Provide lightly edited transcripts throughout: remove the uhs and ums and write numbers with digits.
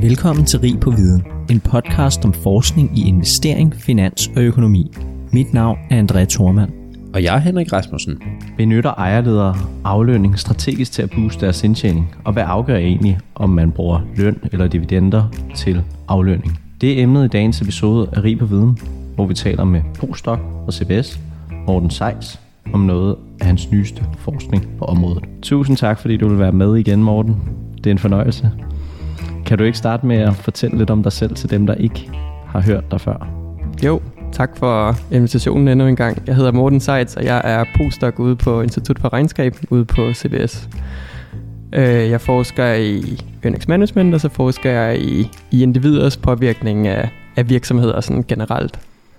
Velkommen til Rig på Viden, en podcast om forskning i investering, finans og økonomi. Mit navn er André Thormann. Og jeg er Henrik Rasmussen. Benytter ejerledere aflønning strategisk til at booste deres indtjening? Og hvad afgør egentlig, om man bruger løn eller dividender til aflønning? Det er emnet i dagens episode af Rig på Viden, hvor vi taler med postdoc og CBS, Morten Seitz, om noget af hans nyeste forskning på området. Tusind tak, fordi du vil være med igen, Morten. Det er en fornøjelse. Kan du ikke starte med at fortælle lidt om dig selv til dem, der ikke har hørt dig før? Jo, tak for invitationen endnu en gang. Jeg hedder Morten Seitz, og jeg er postdoc ude på Institut for Regnskab ude på CBS. Jeg forsker i earnings management, og så forsker jeg i individers påvirkning af virksomheder sådan generelt.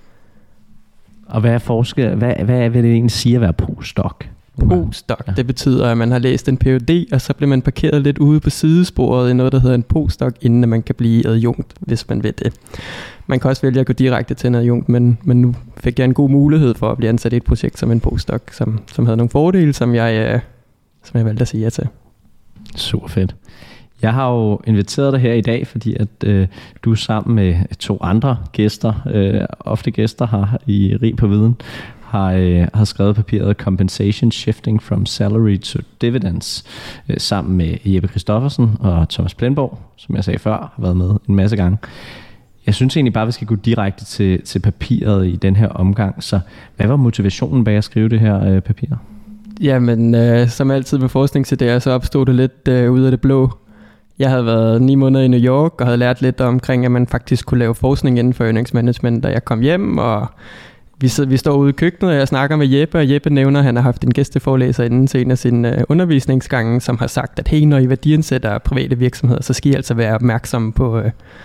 Og hvad vil det egentlig sige at være postdoc? Postdoc, det betyder, at man har læst en Ph.D., og så bliver man parkeret lidt ude på sidesporet i noget, der hedder en postdoc, inden man kan blive adjunkt, hvis man vil det. Man kan også vælge at gå direkte til en adjunkt, men nu fik jeg en god mulighed for at blive ansat i et projekt som en postdoc, som havde nogle fordele, som jeg valgte at sige ja til. Super fedt. Jeg har jo inviteret dig her i dag, fordi at du sammen med to andre gæster, ofte gæster her i Rig på Viden, har skrevet papiret Compensation Shifting from Salary to Dividends sammen med Jeppe Christoffersen og Thomas Plenborg, som jeg sagde før, har været med en masse gange. Jeg synes egentlig bare, at vi skal gå direkte til papiret i den her omgang. Så hvad var motivationen bag at skrive det her papir? Jamen, som altid med forskningsidéer, så opstod det lidt ud af det blå. Jeg havde været 9 måneder i New York og havde lært lidt omkring, at man faktisk kunne lave forskning inden for earnings management, da jeg kom hjem, og vi står ude i køkkenet, og jeg snakker med Jeppe, og Jeppe nævner, at han har haft en gæsteforelæser inden til en af sine undervisningsgange, som har sagt, at hey, når I værdiansætter private virksomheder, så skal I altså være opmærksomme på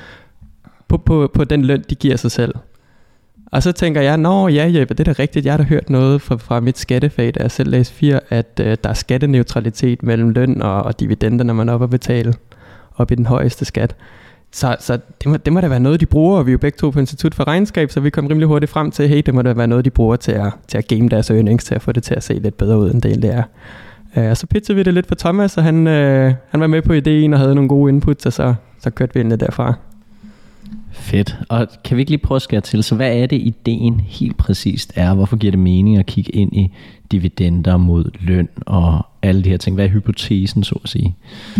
den løn, de giver sig selv. Og så tænker jeg, ja Jeppe, det er da rigtigt, jeg har da hørt noget fra mit skattefag, da jeg selv læste 4, at der er skatteneutralitet mellem løn og dividender, når man er oppe at betale op i den højeste skat. Så det må da være noget, de bruger, og vi er jo begge to på Institut for Regnskab, så vi kom rimelig hurtigt frem til, hey, det må da være noget, de bruger til at game deres earnings, til at få det til at se lidt bedre ud, end det egentlig er. Og så pitchede vi det lidt for Thomas, og han var med på ideen og havde nogle gode inputs, og så kørte vi ind lidt derfra. Fedt. Og kan vi ikke lige prøve at skære til, så hvad er det ideen helt præcist er? Hvorfor giver det mening at kigge ind i dividender mod løn og alle de her ting? Hvad er hypotesen, så at sige?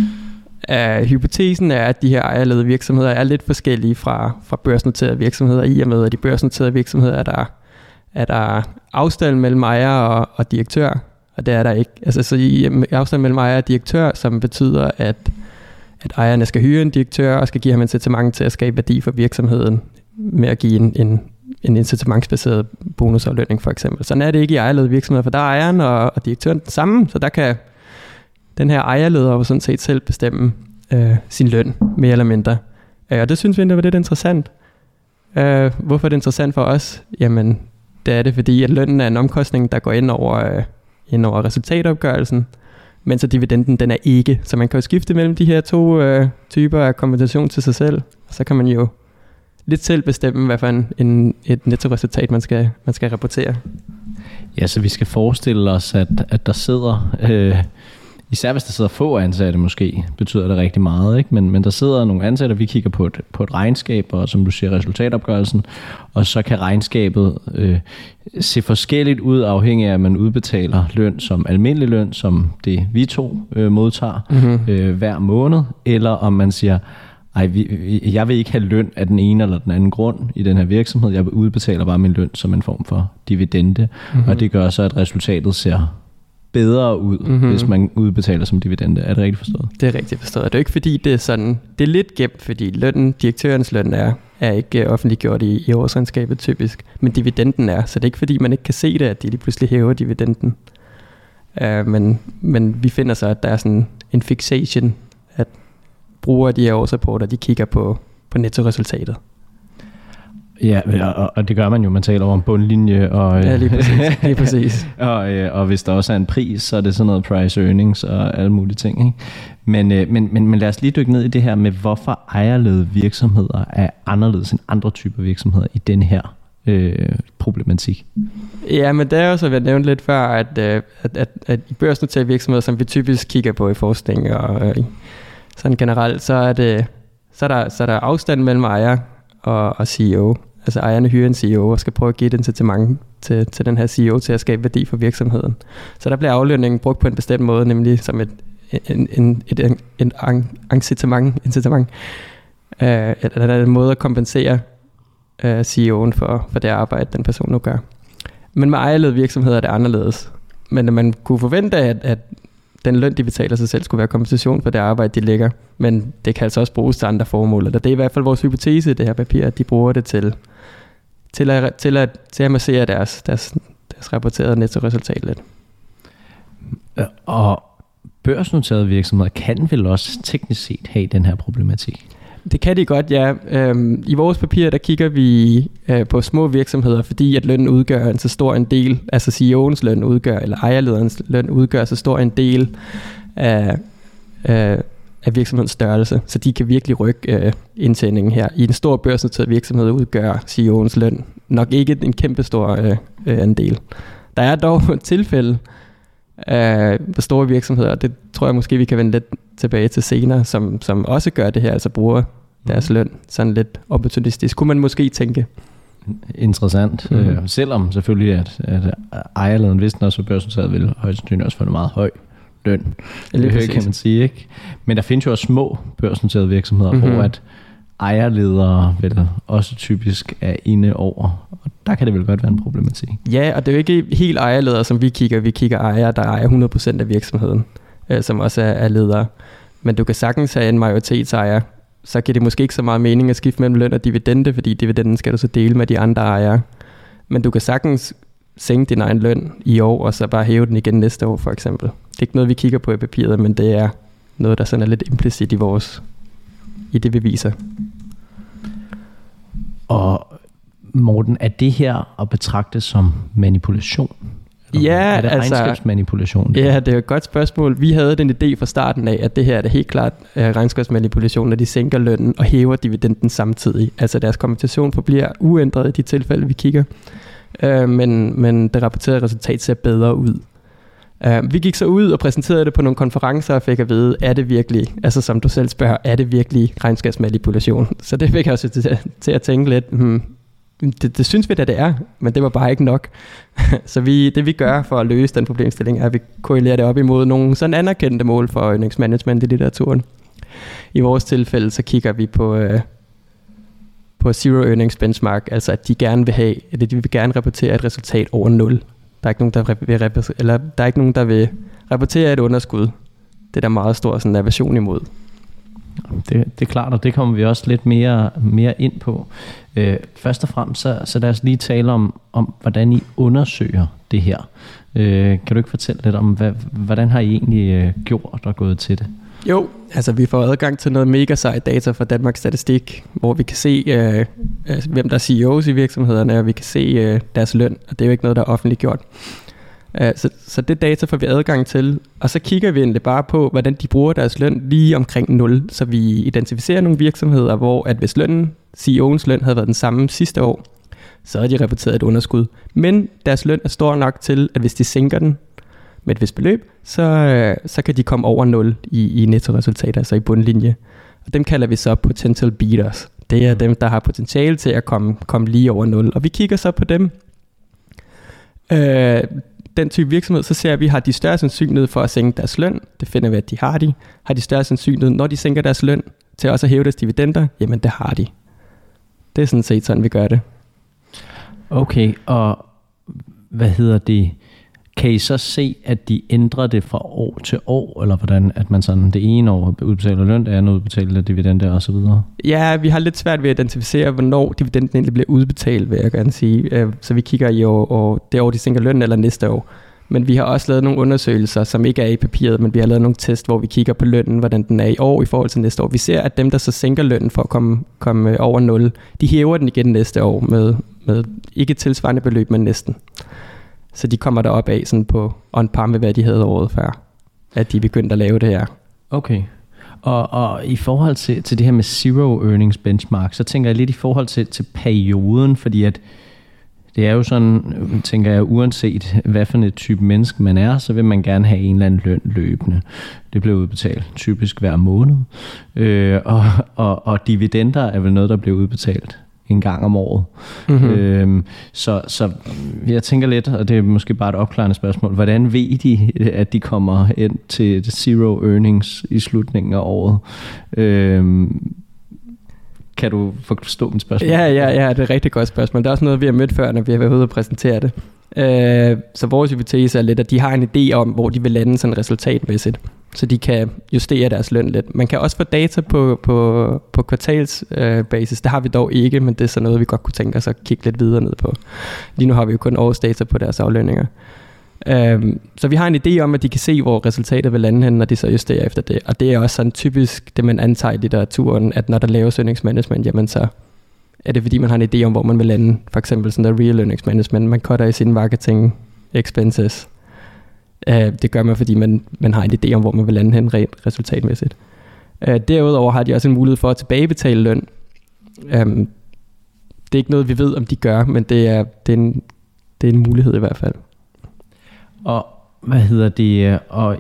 Hypotesen er, at de her ejerledede virksomheder er lidt forskellige fra børsnoterede virksomheder, i og med, at de børsnoterede virksomheder er der afstand mellem ejer og direktør, og det er der ikke. Altså så i afstand mellem ejer og direktør, som betyder, at ejerne skal hyre en direktør og skal give ham incitament til at skabe værdi for virksomheden med at give en incitamentsbaseret bonusaflønning for eksempel. Sådan er det ikke i ejerledede virksomheder, for der er ejeren og direktøren den samme, så der kan den her ejerleder jo sådan set selv bestemme sin løn, mere eller mindre. Og det synes vi endda var lidt interessant. Hvorfor er det interessant for os? Jamen, det er det, fordi at lønnen er en omkostning, der går ind over resultatopgørelsen, men så dividenden, den er ikke. Så man kan jo skifte mellem de her to typer af kompensation til sig selv, og så kan man jo lidt selv bestemme, hvad for et nettoresultat man skal rapportere. Ja, så vi skal forestille os, at der sidder... Især hvis der sidder få ansatte måske, betyder det rigtig meget, ikke? Men der sidder nogle ansatte, vi kigger på et regnskab, og som du siger, resultatopgørelsen, og så kan regnskabet se forskelligt ud, afhængig af, at man udbetaler løn som almindelig løn, som det vi to modtager hver måned, eller om man siger, jeg vil ikke have løn af den ene eller den anden grund i den her virksomhed, jeg udbetaler bare min løn som en form for dividende, og det gør så, at resultatet ser bedre ud, hvis man udbetaler som dividende. Er det rigtigt forstået? Det er rigtigt forstået. Det er ikke fordi, det er sådan, det er lidt gemt, fordi direktørens løn er ikke offentliggjort i årsregnskabet typisk, men dividenden er, så det er ikke fordi, man ikke kan se det, at de lige pludselig hæver dividenden. Men vi finder så, at der er sådan en fixation, at brugere de her årsrapporter, de kigger på nettoresultatet. Ja, og det gør man jo, man taler over en bundlinje. Og, ja, lige præcis. og hvis der også er en pris, så er det sådan noget price earnings og alle mulige ting. Ikke? Men lad os lige dykke ned i det her med, hvorfor ejerledede virksomheder er anderledes end andre typer virksomheder i den her problematik. Ja, men det er jo så, vi har nævnt lidt før, at i børsnoterede virksomheder, som vi typisk kigger på i forskning og sådan generelt, så er det Så er der afstand mellem ejer og CEO. Altså ejerne hyrer en CEO og skal prøve at give et incitament til den her CEO til at skabe værdi for virksomheden. Så der bliver aflønningen brugt på en bestemt måde, nemlig som et incitament. Eller en måde at kompensere CEO'en for det arbejde, den person nu gør. Men med ejerledede virksomheder er det anderledes. Men man kunne forvente, at den løn, de betaler sig selv, skulle være kompensation for det arbejde, de lægger. Men det kan altså også bruges til andre formål. Og det er i hvert fald vores hypotese i det her papir, at de bruger det til at massere deres rapporterede nettoresultat lidt. Og børsnoterede virksomheder kan vel også teknisk set have den her problematik? Det kan de godt, ja. I vores papir, der kigger vi på små virksomheder, fordi at lønnen udgør en så stor en del, altså CEO'ens løn udgør, eller ejerlederens løn udgør så stor en del af virksomhedens størrelse, så de kan virkelig rykke indtjeningen her. I en stor børsnoteret virksomhed udgør CEO'ens løn nok ikke en kæmpe stor andel. Der er dog et tilfælde på store virksomheder, det tror jeg måske vi kan vende lidt tilbage til senere, som også gør det her, altså bruger deres løn sådan lidt opportunistisk, kunne man måske tænke. Interessant. Selvom selvfølgelig, at ejerleden, hvis den også var børsnoteret, vil højst sandsynligt også få en meget høj løn. Det kan man sige, ikke? Men der findes jo også små børsnoterede virksomheder, hvor at ejerledere vel også typisk er inde over, og der kan det vel godt være en problematik. Ja, og det er jo ikke helt ejerledere, som vi kigger. Vi kigger ejere, der ejer 100% af virksomheden, som også er ledere. Men du kan sagtens have en majoritetsejer, så giver det måske ikke så meget mening at skifte mellem løn og dividende, fordi dividenden skal du så dele med de andre ejere. Men du kan sagtens sænke din egen løn i år, og så bare hæve den igen næste år, for eksempel. Det er ikke noget, vi kigger på i papiret, men det er noget, der sådan er lidt implicit i det, vi viser. Og Morten, er det her at betragte som manipulation? Ja, er det regnskabsmanipulation? Ja, det er et godt spørgsmål. Vi havde den idé fra starten af, at det her er det helt klart regnskabsmanipulation, når de sænker lønnen og hæver dividenden samtidig. Altså deres kompensation forbliver uændret i de tilfælde, vi kigger. Men det rapporterede resultat ser bedre ud. Vi gik så ud og præsenterede det på nogle konferencer og fik at vide, er det virkelig, altså som du selv spørger, er det virkelig regnskabsmanipulation? Så det fik jeg også til at tænke lidt, det synes vi da det er, men det var bare ikke nok. Så det vi gør for at løse den problemstilling, er, at vi korrelerer det op imod nogle sådan anerkendte mål for earningsmanagement i litteraturen. I vores tilfælde, så kigger vi på Zero Earnings Benchmark, altså at de vil gerne rapportere et resultat over 0. Der er ikke nogen, der vil rapportere et underskud. Det er der meget stor sådan aversion imod. Det er klart, og det kommer vi også lidt mere ind på. Først og fremmest, så lad os lige tale om hvordan I undersøger det her. Kan du ikke fortælle lidt om, hvordan har I egentlig gjort og gået til det? Jo, altså vi får adgang til noget mega sejt data fra Danmarks Statistik, hvor vi kan se, hvem der er CEOs i virksomhederne, og vi kan se deres løn, og det er jo ikke noget, der er offentligt gjort. Så det data får vi adgang til, og så kigger vi egentlig bare på, hvordan de bruger deres løn lige omkring 0, så vi identificerer nogle virksomheder, hvor at hvis CEO'ens løn havde været den samme sidste år, så havde de rapporteret et underskud. Men deres løn er stor nok til, at hvis de sænker den med et vist beløb, så kan de komme over 0 i nettoresultater, altså i bundlinje. Og dem kalder vi så potential beaters. Det er dem, der har potentiale til at komme lige over 0. Og vi kigger så på dem. Den type virksomhed, så ser vi, har de større sandsynlighed for at sænke deres løn. Det finder vi, at de har de. Har de større sandsynlighed, når de sænker deres løn, til også at hæve deres dividender? Jamen, det har de. Det er sådan set sådan, vi gør det. Okay, og kan I så se, at de ændrer det fra år til år, eller hvordan, at man sådan det ene år udbetaler løn, det andet udbetaler dividender og så videre? Ja, vi har lidt svært ved at identificere, hvornår dividenden egentlig bliver udbetalt, vil jeg gerne sige. Så vi kigger i år, det år, de sænker løn, eller næste år. Men vi har også lavet nogle undersøgelser, som ikke er i papiret, men vi har lavet nogle test, hvor vi kigger på lønnen, hvordan den er i år i forhold til næste år. Vi ser, at dem, der så sænker lønnen for at komme over 0, de hæver den igen næste år med ikke tilsvarende beløb, men næsten. Så de kommer derop af sådan på on par med, hvad de havde året før, at de begyndte at lave det her. Okay. Og i forhold til det her med Zero Earnings Benchmark, så tænker jeg lidt i forhold til perioden, fordi at Det er jo sådan, tænker jeg, uanset hvad for et type menneske man er, så vil man gerne have en eller anden løn løbende. Det bliver udbetalt typisk hver måned. Og dividender er vel noget, der bliver udbetalt en gang om året. Mm-hmm. Så jeg tænker lidt, og det er måske bare et opklarende spørgsmål, hvordan ved de, at de kommer ind til zero earnings i slutningen af året? Kan du forstå mit spørgsmål? Ja, det er et rigtig godt spørgsmål. Det er også noget, vi har mødt før, når vi har været ude og præsentere det. Så vores hypotese er lidt, at de har en idé om, hvor de vil lande sådan resultatmæssigt, så de kan justere deres løn lidt. Man kan også få data på kvartalsbasis. Det har vi dog ikke, men det er sådan noget, vi godt kunne tænke os at kigge lidt videre ned på. Lige nu har vi jo kun årsdata på deres aflønninger. Så vi har en idé om, at de kan se, hvor resultatet vil lande hen, når de så justerer efter det. Og det er også sådan typisk det, man antager i litteraturen, at når der laves earningsmanagement, jamen så er det fordi, man har en idé om, hvor man vil lande. For eksempel sådan der real earningsmanagement, man cutter i sine marketing expenses. Det gør man, fordi man har en idé om, hvor man vil lande hen rent resultatmæssigt. Derudover har de også en mulighed for at tilbagebetale løn. Det er ikke noget, vi ved, om de gør, men det er en mulighed i hvert fald. Og og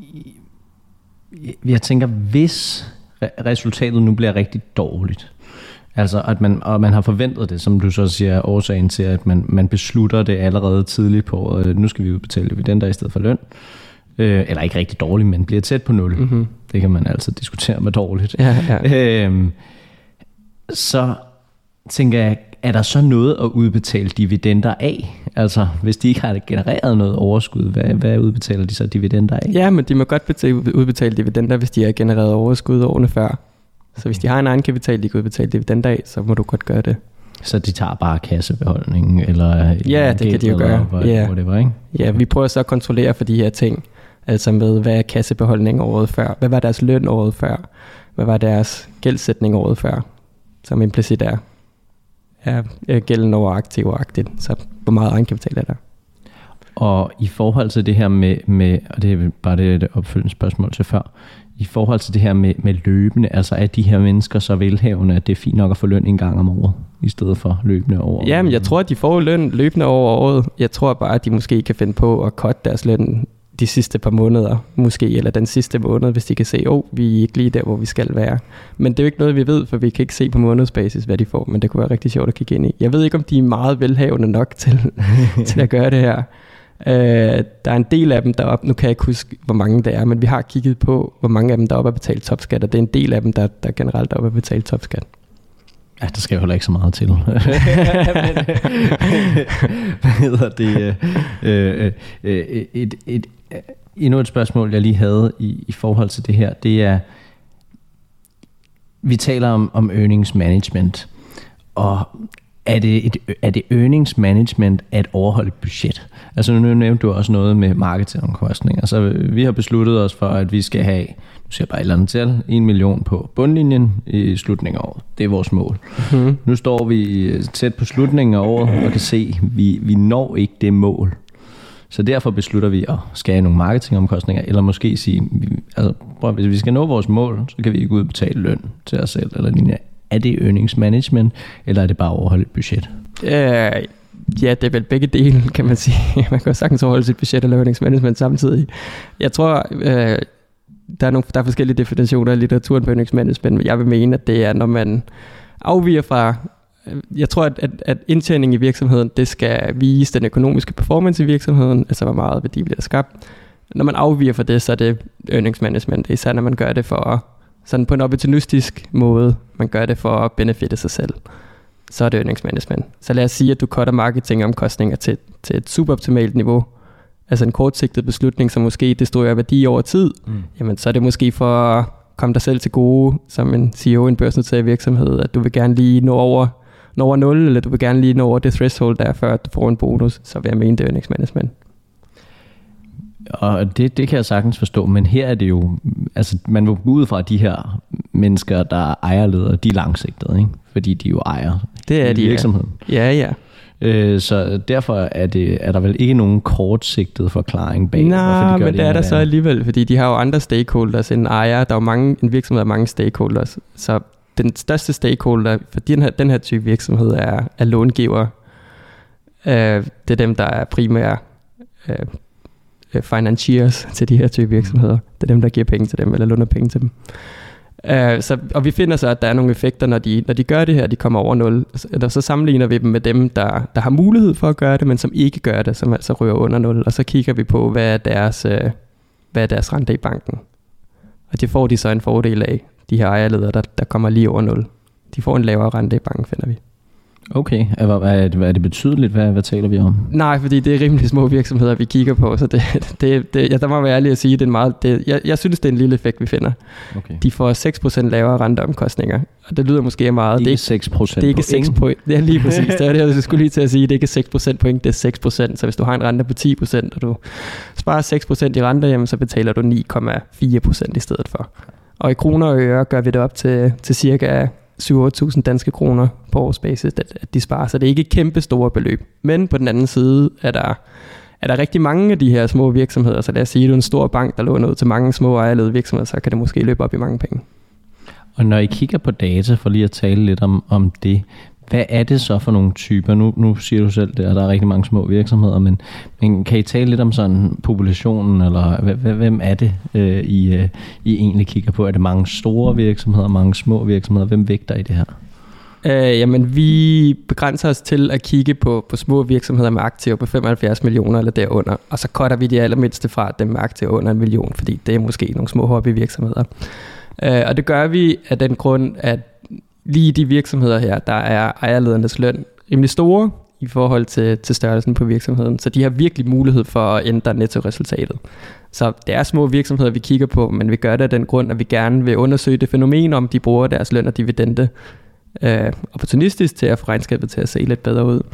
jeg tænker, hvis resultatet nu bliver rigtig dårligt, altså at man har forventet det, som du så siger, årsagen til, at man beslutter det allerede tidligt på året, nu skal vi udbetale dividender i stedet for løn, eller ikke rigtig dårligt, men bliver tæt på 0. Mm-hmm. Det kan man altid diskutere med dårligt. Ja. Så tænker jeg, er der så noget at udbetale dividender af? Altså, hvis de ikke har genereret noget overskud, hvad udbetaler de så dividender af? Ja, men de må godt udbetale dividender, hvis de har genereret overskud årene før. Så hvis de har en egen kapital, de kan udbetale dividender af, så må du godt gøre det. Så de tager bare kassebeholdningen? Eller ja, det kan de jo gøre. Whatever, ikke? Ja, vi prøver så at kontrollere for de her ting. Altså med, hvad er kassebeholdningen året før? Hvad var deres løn året før? Hvad var deres gældsætning året før? Som implicit er gælden over aktiver-agtigt. Så hvor meget egenkapital er der? Og i forhold til det her med og det er bare det opfølgende spørgsmål til før, i forhold til det her med løbende, altså er de her mennesker så velhavende, at det er fint nok at få løn en gang om året, i stedet for løbende over? Jamen, jeg tror, at de får løn løbende over året. Jeg tror bare, at de måske kan finde på at cutte deres løn de sidste par måneder, måske, eller den sidste måned, hvis de kan se, vi er ikke lige der, hvor vi skal være. Men det er jo ikke noget, vi ved, for vi kan ikke se på månedsbasis, hvad de får, men det kunne være rigtig sjovt at kigge ind i. Jeg ved ikke, om de er meget velhavende nok til at gøre det her. Der er en del af dem deroppe, nu kan jeg ikke huske, hvor mange det er, men vi har kigget på, hvor mange af dem deroppe har betalt topskat, og det er en del af dem, der generelt deroppe har betalt topskat. Ja, der skal jo heller ikke så meget til. Hvad hedder det? Endnu et spørgsmål, jeg lige havde i forhold til det her, det er, vi taler om earnings management, og er det earnings management at overholde et budget? Altså nu nævnte du også noget med marketingomkostninger, så vi har besluttet os for, at vi skal have, nu siger jeg bare et eller andet tal, 1 million på bundlinjen i slutningen af året. Det er vores mål. Mm-hmm. Nu står vi tæt på slutningen af året og kan se, at vi når ikke det mål. Så derfor beslutter vi at skære nogle marketingomkostninger, eller måske sige, hvis vi skal nå vores mål, så kan vi ikke udbetale løn til os selv, eller lignende. Er det earnings management, eller er det bare at overholde et budget? Ja, det er vel begge dele, kan man sige. Man kan sagtens overholde sit budget og earnings management samtidig. Jeg tror, der er forskellige definitioner i litteraturen på earnings management, men jeg vil mene, at det er, når man afviger fra... Jeg tror, at indtjening i virksomheden, det skal vise den økonomiske performance i virksomheden, altså hvor meget værdi bliver skabt. Når man afviger fra det, så er det earnings management, især når man gør det for sådan på en opportunistisk måde, man gør det for at benefitte sig selv. Så er det earnings management. Så lad os sige, at du cutter marketingomkostninger til et suboptimalt niveau, altså en kortsigtet beslutning, som måske destruerer værdi over tid, jamen så er det måske for at komme dig selv til gode, som en CEO i en børsnoteret virksomhed, at du vil gerne lige nå over 0, eller du vil gerne lige nå over det threshold, der er, før du får en bonus, så vil jeg mene, det er earnings management. Og det kan jeg sagtens forstå, men her er det jo, altså man vil gå ud fra de her mennesker, der er ejerledere, de er langsigtede, ikke? Fordi de jo ejer virksomheden. Ja. Så derfor er der vel ikke nogen kortsigtet forklaring bag. Nej, men det er der så alligevel, fordi de har jo andre stakeholders end ejer. Der er jo en virksomhed har mange stakeholders, så den største stakeholder for den her type virksomhed er långiver. Det er dem, der er primære financiers til de her type virksomheder. Det er dem, der giver penge til dem, eller låner penge til dem. Og vi finder så, at der er nogle effekter, når de gør det her, de kommer over 0. Så sammenligner vi dem med dem, der har mulighed for at gøre det, men som ikke gør det, som altså ryger under 0. Og så kigger vi på, hvad er deres rente i banken. Og det får de så en fordel af, de her ejerledere, der kommer lige over 0. De får en lavere rente i banken, finder vi. Okay, er det betydeligt? Hvad taler vi om? Nej, fordi det er rimelig små virksomheder, vi kigger på, så der må være ærlig at sige, at det er meget, jeg synes, det er en lille effekt, vi finder. Okay. De får 6% lavere renteomkostninger, og det lyder måske meget. Det er ikke 6% det er ikke 6 point. Det er lige præcis. Det er det, jeg skulle lige til at sige. Det er ikke 6% point, det er 6%. Så hvis du har en rente på 10%, og du sparer 6% i rente, jamen, så betaler du 9,4% i stedet for. Og i kroner og øre gør vi det op til cirka 7.000 danske kroner på årsbasis, at de sparer. Så det er ikke kæmpe store beløb. Men på den anden side er der rigtig mange af de her små virksomheder. Så lad os sige, at du er en stor bank, der låner ud til mange små ejerledede virksomheder, så kan det måske løbe op i mange penge. Og når I kigger på data, for lige at tale lidt om det, hvad er det så for nogle typer? Nu siger du selv, at der er rigtig mange små virksomheder, men kan I tale lidt om sådan populationen, eller hvem er det, I egentlig kigger på? Er det mange store virksomheder, mange små virksomheder? Hvem vægter I det her? Jamen, vi begrænser os til at kigge på små virksomheder med aktiver på 75 millioner eller derunder, og så cutter vi de allermindste fra dem med aktiver under 1 million, fordi det er måske nogle små hobbyvirksomheder. Og det gør vi af den grund, at lige de virksomheder her, der er ejerledernes løn rimelig store i forhold til størrelsen på virksomheden, så de har virkelig mulighed for at ændre nettoresultatet. Så det er små virksomheder, vi kigger på, men vi gør det af den grund, at vi gerne vil undersøge det fænomen, om de bruger deres løn og dividende opportunistisk til at få regnskabet til at se lidt bedre ud.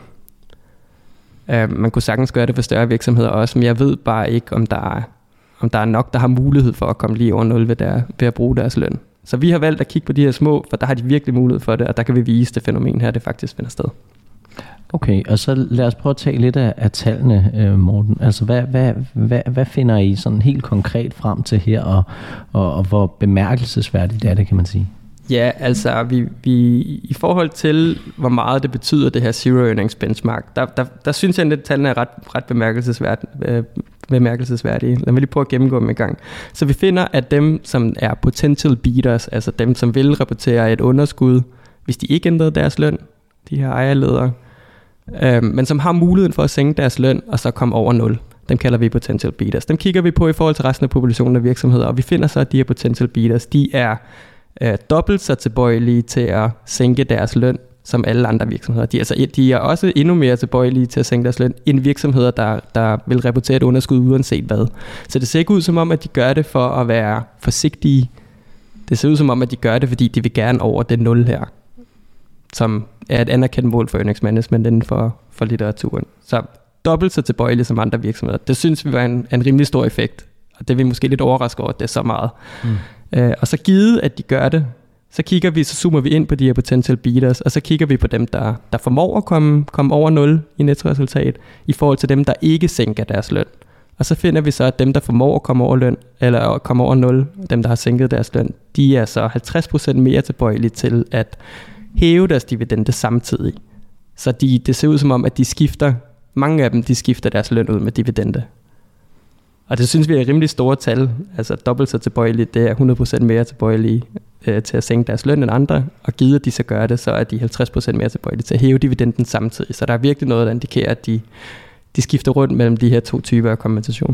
Man kunne sagtens gøre det for større virksomheder også, men jeg ved bare ikke, om der er nok, der har mulighed for at komme lige over 0 ved at bruge deres løn. Så vi har valgt at kigge på de her små, for der har de virkelig mulighed for det, og der kan vi vise det fænomen her, det faktisk finder sted. Okay, og så lad os prøve at tage lidt af tallene, Morten. Altså, hvad finder I sådan helt konkret frem til her, og hvor bemærkelsesværdigt er det, kan man sige? Ja, altså, vi i forhold til, hvor meget det betyder, det her Zero Earnings Benchmark, der synes jeg, at tallene er ret bemærkelsesværdige. Lad mig lige prøve at gennemgå dem i gang. Så vi finder, at dem, som er potential beaters, altså dem, som vil rapportere et underskud, hvis de ikke ændrede deres løn, de her ejerledere, men som har muligheden for at sænke deres løn, og så komme over 0. Dem kalder vi potential beaters. Dem kigger vi på i forhold til resten af populationen af virksomheder, og vi finder så, at de her potential beaters, de er dobbelt så tilbøjelige til at sænke deres løn som alle andre virksomheder. De er også endnu mere tilbøjelige til at sænke deres løn end virksomheder, der vil rapportere et underskud uanset hvad. Så det ser ikke ud som om, at de gør det for at være forsigtige. Det ser ud som om, at de gør det, fordi de vil gerne over det 0 her, som er et anerkendt mål for earnings management inden for litteraturen. Så dobbelt så tilbøjelige som andre virksomheder. Det synes vi var en rimelig stor effekt, og det er vi måske lidt overrasket over, at det er så meget. Og så givet, at de gør det, så zoomer vi ind på de her potential beaters, og så kigger vi på dem, der formår at komme over 0 i nettoresultat, i forhold til dem, der ikke sænker deres løn. Og så finder vi så, at dem, der formår at komme over løn, eller komme over 0, dem, der har sænket deres løn, de er så 50% mere tilbøjelige til at hæve deres dividende samtidig. Så det ser ud som om, at mange af dem, de skifter deres løn ud med dividende. Og det synes vi er rimelig store tal, altså dobbelt så tilbøjelige, det er 100% mere tilbøjelige til at sænke deres løn end andre, og givet at de så gør det, så er de 50% mere tilbøjelige til at hæve dividenden samtidig. Så der er virkelig noget, der indikerer, at de skifter rundt mellem de her to typer af kompensation.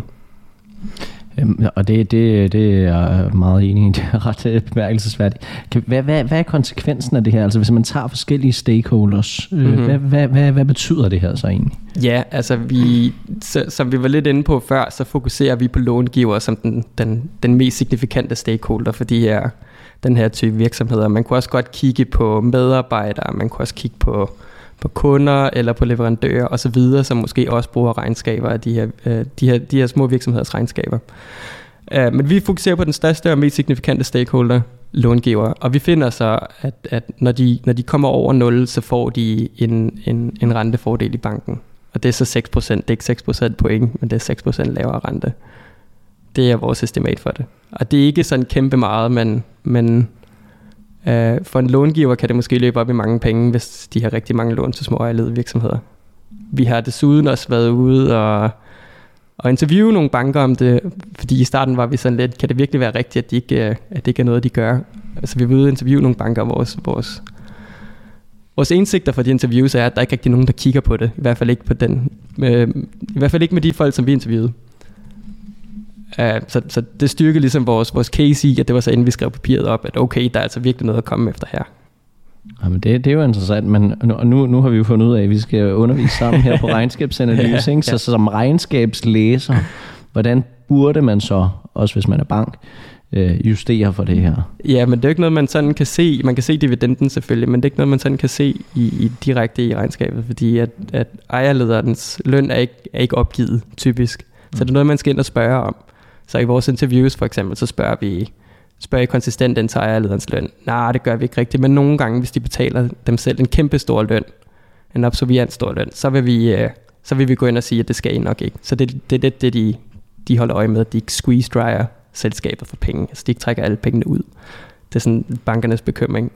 Og det er jeg meget enig i, det er ret bemærkelsesværdigt. Hvad er konsekvensen af det her? Altså hvis man tager forskellige stakeholders, hvad betyder det her så egentlig? Ja, altså som vi var lidt inde på før, så fokuserer vi på långiver som den mest signifikante stakeholder for den her type virksomheder. Man kunne også godt kigge på medarbejdere, man kunne også kigge på kunder eller på leverandører osv., som måske også bruger regnskaber af de her små virksomheders regnskaber. Men vi fokuserer på den største og mest signifikante stakeholder, långiver, og vi finder så, at når de kommer over 0, så får de en rentefordel i banken. Og det er så 6%, det er ikke 6% point, men det er 6% lavere rente. Det er vores estimat for det. Og det er ikke sådan kæmpe meget, men for en långiver kan det måske løbe op i mange penge, hvis de har rigtig mange lån til små ejerledede virksomheder. Vi har desuden også været ude og interviewe nogle banker om det, fordi i starten var vi sådan lidt, kan det virkelig være rigtigt, at det ikke er noget, de gør? Altså vi var ude og interviewe nogle banker, vores indsigter fra de interviews er, at der ikke rigtig nogen, der kigger på det. I hvert fald ikke på i hvert fald ikke med de folk, som vi interviewede. Så det styrker ligesom vores case i, at det var så inden vi skrev papiret op, at okay, der er altså virkelig noget at komme efter her. Jamen det er jo interessant, men nu har vi jo fundet ud af, at vi skal undervise sammen her på regnskabsanalyse, ikke? Så som regnskabslæser, hvordan burde man så, også hvis man er bank, justere for det her? Ja, men det er ikke noget, man sådan kan se. Man kan se dividenden selvfølgelig, men det er ikke noget, man sådan kan se direkte i regnskabet, fordi at ejerlederens løn er ikke opgivet typisk. Så det er noget, man skal ind og spørge om. Så i vores interviews for eksempel, så spørger I konsistent ind til ejerlederens løn? Nej, det gør vi ikke rigtigt, men nogle gange, hvis de betaler dem selv en kæmpe stor løn, en absolut stor løn, så vil vi gå ind og sige, at det skal I nok ikke. Så det er det, de holder øje med, at de ikke squeeze-dryer selskabet for penge. Altså de ikke trækker alle pengene ud. Det er sådan bankernes bekymring.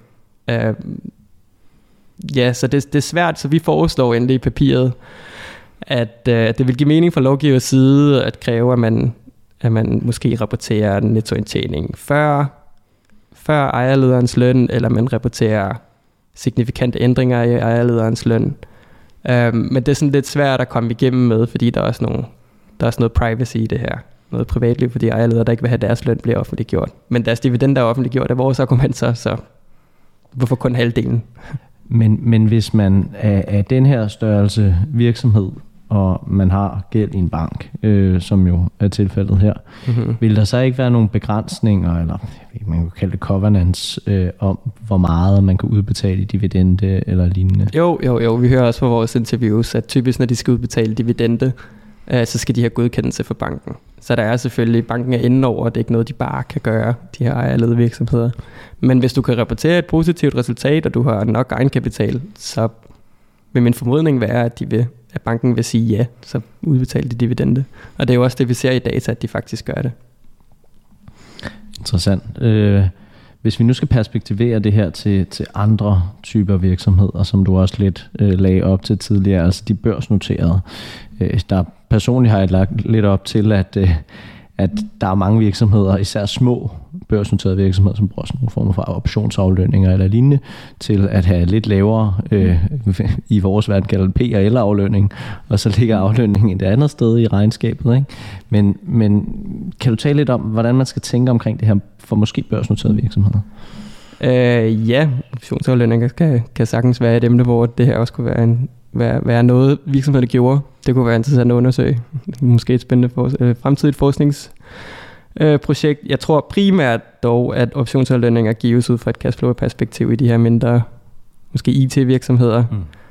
Så det er svært, så vi foreslår endelig i papiret, at det vil give mening fra lovgivers side at kræve, at man måske rapporterer nettoindtjening før ejerlederens løn, eller man rapporterer signifikante ændringer i ejerlederens løn. Men det er sådan lidt svært at komme igennem med, fordi der er også noget privacy i det her. Noget privatliv, fordi ejerledere, der ikke vil have deres løn, bliver offentliggjort. Men deres dividender er offentliggjort af vores argumenter, så hvorfor kun halvdelen? Men hvis man er den her størrelse virksomhed, og man har gæld i en bank, som jo er tilfældet her, vil der så ikke være nogle begrænsninger, eller man kan kalde det covenants, om hvor meget man kan udbetale i dividende eller lignende? Jo, vi hører også fra vores interviews, at typisk når de skal udbetale dividende, så skal de have godkendelse for banken. Så der er selvfølgelig, banken er inde over, det er ikke noget, de bare kan gøre, de her ejerledede virksomheder. Men hvis du kan rapportere et positivt resultat, og du har nok egenkapital, så vil min formodning være, at banken vil sige ja, så udbetaler de dividende. Og det er jo også det, vi ser i data, at de faktisk gør det. Interessant. Hvis vi nu skal perspektivere det her til andre typer virksomheder, som du også lidt lagde op til tidligere, altså de børsnoterede, der personligt har jeg lagt lidt op til, at der er mange virksomheder, især små børsnoterede virksomheder, som bruger sådan nogle former for optionsaflønninger eller lignende, til at have lidt lavere, i vores verden kaldet P&L-aflønning, og så ligger aflønningen et andet sted i regnskabet, ikke? Men kan du tale lidt om, hvordan man skal tænke omkring det her for måske børsnoterede virksomheder? Ja, optionsaflønninger kan sagtens være et emne, hvor det her også kunne være noget, virksomheden gjorde. Det kunne være interessant at undersøge. Måske et spændende fremtidigt forskningsprojekt. Jeg tror primært dog, at optionsaflønninger gives ud fra et cashflow-perspektiv i de her mindre, måske IT-virksomheder.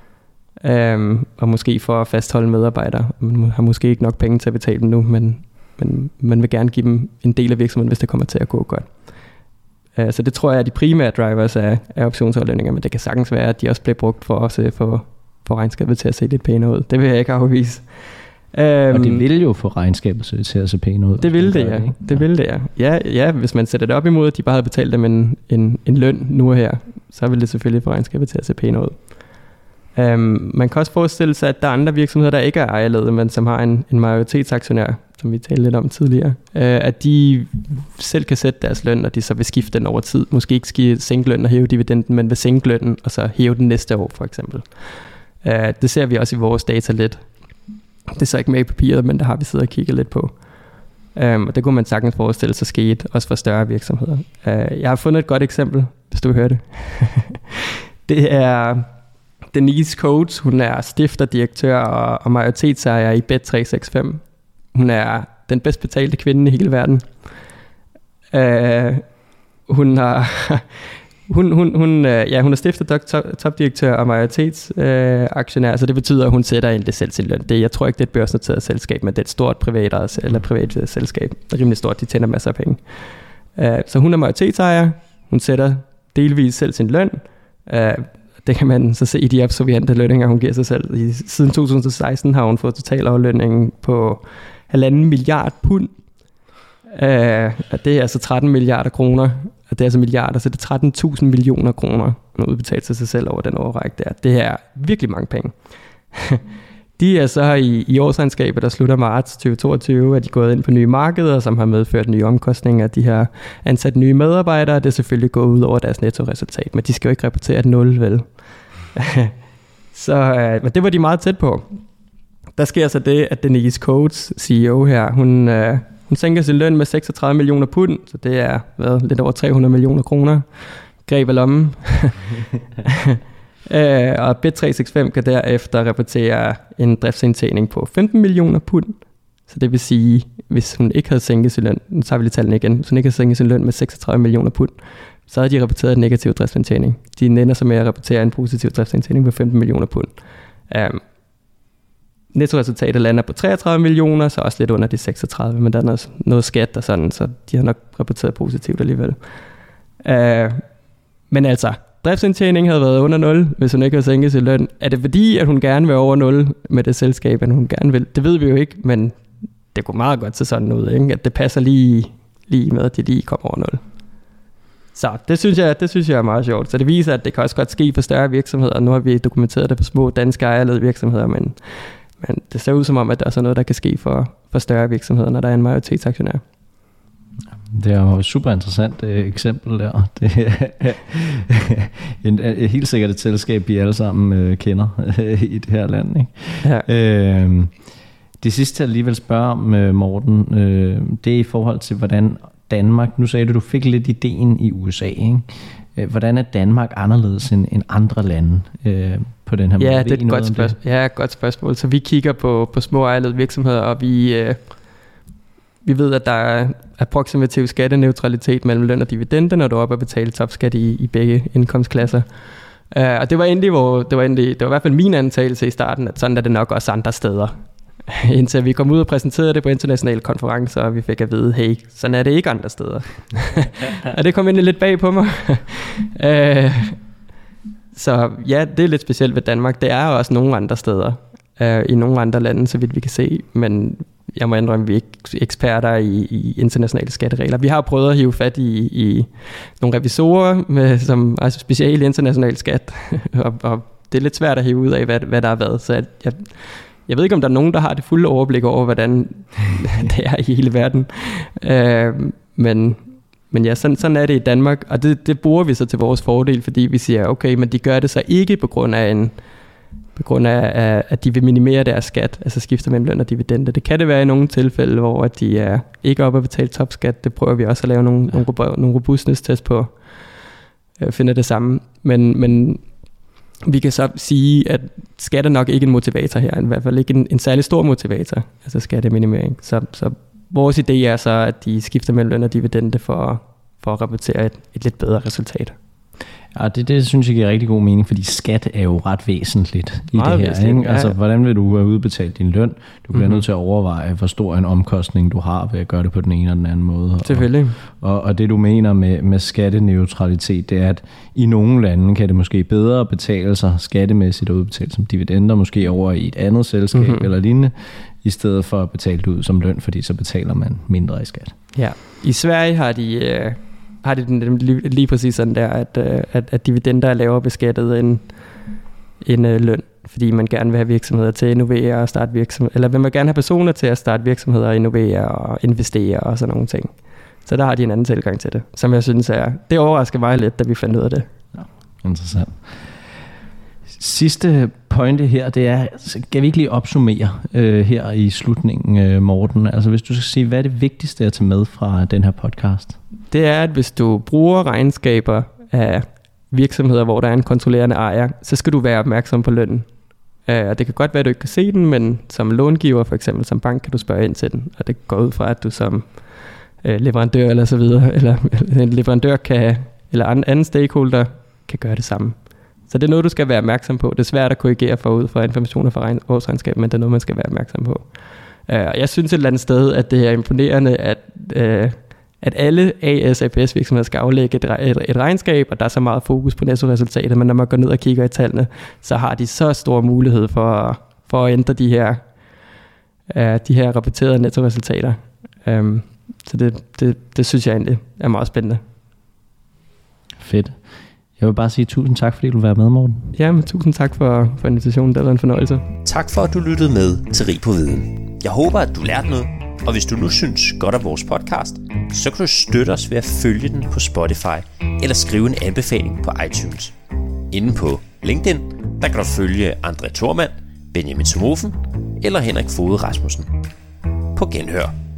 Og måske for at fastholde medarbejdere. Man har måske ikke nok penge til at betale dem nu, men man vil gerne give dem en del af virksomheden, hvis det kommer til at gå godt. Så det tror jeg er de primære drivers af optionsaflønninger, men det kan sagtens være, at de også bliver brugt for os for regnskabet til at se lidt pænere ud. Det vil jeg ikke afvise. Og det vil jo få regnskabet til at se pænere ud. Det vil det, ja. Det vil det, ja. Ja, hvis man sætter det op imod, at de bare havde betalt dem en løn nu og her, så vil det selvfølgelig få regnskabet til at se pænere ud. Man kan også forestille sig, at der er andre virksomheder, der ikke er ejerledede, men som har en majoritetsaktionær, som vi talte lidt om tidligere, at de selv kan sætte deres løn, og de så vil skifte den over tid. Måske ikke skal sænke lønnen og hæve dividenden, men vil sænke lønnen, og så hæve den næste år, for eksempel. Det ser vi også i vores data lidt. Det er så ikke med i papiret, men der har vi siddet og kigget lidt på. Og det kunne man sagtens forestille sig skete, også for større virksomheder. Jeg har fundet et godt eksempel, hvis du vil høre det. Det er Denise Coates. Hun er stifterdirektør og majoritetsejer i Bet365. Hun er den bedst betalte kvinde i hele verden. Hun er stifter, topdirektør og majoritetsaktionær, så det betyder, at hun sætter ind det selv sin løn. Jeg tror ikke, det er et børsnoteret selskab, men det er et stort privat selskab. Det er rimelig stort, de tjener masser af penge. Så hun er majoritetsejer. Hun sætter delvis selv sin løn. Det kan man så se i de absolvente lønninger, hun giver sig selv. Siden 2016 har hun fået total aflønning på 1,5 milliard pund. Det er altså 13 milliarder kroner. Og det er altså milliarder, så det er 13.000 millioner kroner, hun har udbetalt til sig selv over den årrække der. Det er virkelig mange penge. De er så i årsregnskabet, der slutter marts 2022, at de er gået ind på nye markeder, som har medført nye omkostninger. De har ansat nye medarbejdere, og det er selvfølgelig gået ud over deres nettoresultat, men de skal jo ikke rapportere et 0, vel? Men det var de meget tæt på. Der sker så det, at Denise Coates, CEO her, hun sænker sin løn med 36 millioner pund, så det er lidt over 300 millioner kroner. Greb af lommen. Og Bet365 kan derefter rapportere en driftsindtjening på 15 millioner pund. Så det vil sige, hvis hun ikke havde sænket sin løn, nu tager vi lige tallene igen, hvis hun ikke havde sænket sin løn med 36 millioner pund, så havde de rapporteret en negativ driftsindtjening. De ender så med at rapportere en positiv driftsindtjening på 15 millioner pund. Nettoresultatet lander på 33 millioner, så også lidt under de 36, men der er noget skat og sådan, så de har nok rapporteret positivt alligevel. Men altså, driftsindtjening havde været under 0, hvis hun ikke havde sænket sin løn. Er det fordi, at hun gerne vil over 0 med det selskab, at hun gerne vil? Det ved vi jo ikke, men det går meget godt til sådan ud, ikke? At det passer lige med, at de lige kommer over 0. Så det synes jeg er meget sjovt. Så det viser, at det kan også godt ske for større virksomheder. Nu har vi dokumenteret det for små danske ejerledede virksomheder, men det ser ud som om, at der er sådan noget, der kan ske for større virksomheder, når der er en majoritetsaktionær. Det er jo et super interessant eksempel der. Det er helt sikkert et selskab, vi alle sammen kender i det her land. Ikke? Ja. Det sidste, jeg alligevel spørger om, Morten, det er i forhold til, hvordan Danmark, nu sagde du fik lidt ideen i USA, ikke? Hvordan er Danmark anderledes end andre lande på den her måde? Ja, det er et godt spørgsmål. Ja, godt spørgsmål. Så vi kigger på små ejerledede virksomheder, og vi ved, at der er approximativ skatteneutralitet mellem løn og dividende, når du er oppe og betale topskat i begge indkomstklasser. Og det var i hvert fald min antagelse i starten, at sådan er det nok også andre steder. Indtil vi kom ud og præsenterede det på internationale konferencer, og vi fik at vide, hey, sådan er det ikke andre steder. Og det kom egentlig lidt bag på mig. Så ja, det er lidt specielt ved Danmark. Det er også nogle andre steder, i nogle andre lande, så vidt vi kan se, men jeg må indrømme, at vi er ikke eksperter i internationale skatteregler. Vi har prøvet at hive fat i nogle revisorer, som er speciale international skat, og det er lidt svært at hive ud af, hvad der har været. Så jeg ved ikke, om der er nogen, der har det fulde overblik over, hvordan det er i hele verden. Men ja, sådan er det i Danmark, og det bruger vi så til vores fordel, fordi vi siger, okay, men de gør det så ikke på grund af, at de vil minimere deres skat, altså skifter mellem løn og dividende. Det kan det være i nogle tilfælde, hvor de er ikke oppe at betale topskat. Det prøver vi også at lave nogle robustness-test på, finder det samme. Men vi kan så sige, at skat er nok ikke en motivator her, i hvert fald ikke en særlig stor motivator, altså skatteminimering. Så vores idé er så, at de skifter mellem løn og dividende for at rapportere et lidt bedre resultat. Ja, det synes jeg giver rigtig god mening, fordi skat er jo ret væsentligt i meget det her. Ikke? Ja. Altså, hvordan vil du have udbetalt din løn? Du bliver nødt til at overveje, hvor stor en omkostning du har ved at gøre det på den ene eller den anden måde. Selvfølgelig. Og det du mener med skatteneutralitet, det er, at i nogle lande kan det måske bedre betale sig skattemæssigt at udbetale som dividender, måske over i et andet selskab eller lignende, i stedet for at betale det ud som løn, fordi så betaler man mindre i skat. Ja, i Sverige har de lige præcis sådan der, at dividender er lavere beskattet end løn, fordi man gerne vil have virksomheder til at innovere og starte virksomheder, eller vil man gerne have personer til at starte virksomheder og innovere og investere og sådan nogle ting. Så der har de en anden tilgang til det, som jeg synes det overrasker mig lidt, da vi fandt ud af det. Ja, interessant. Sidste pointe her, det er, skal vi ikke lige opsummere her i slutningen, Morten? Altså hvis du skal sige, hvad er det vigtigste at tage med fra den her podcast? Det er, at hvis du bruger regnskaber af virksomheder, hvor der er en kontrollerende ejer, så skal du være opmærksom på lønnen. Og det kan godt være, at du ikke kan se den, men som långiver, for eksempel som bank, kan du spørge ind til den. Og det går ud fra, at du som leverandør eller så videre, eller en leverandør eller anden stakeholder kan gøre det samme. Så det er noget, du skal være opmærksom på. Det er svært at korrigere forud fra informationer fra årsregnskab, men det er noget, man skal være opmærksom på. Og jeg synes et eller andet sted, at det er imponerende, at alle AS/APS virksomheder skal aflægge et regnskab, og der er så meget fokus på nettoresultatet, men når man går ned og kigger i tallene, så har de så stor mulighed for at ændre de her rapporterede nettoresultater. Så det synes jeg egentlig er meget spændende. Fedt. Jeg vil bare sige tusind tak, fordi du vil være med, Morten. Ja, men tusind tak for invitationen. Det har været en fornøjelse. Tak for, at du lyttede med til Rig på Viden. Jeg håber, at du lærte noget, og hvis du nu synes godt af vores podcast, så kan du støtte os ved at følge den på Spotify eller skrive en anbefaling på iTunes. Inde på LinkedIn, der kan du følge André Thormand, Benjamin Somofen eller Henrik Foged Rasmussen. På genhør.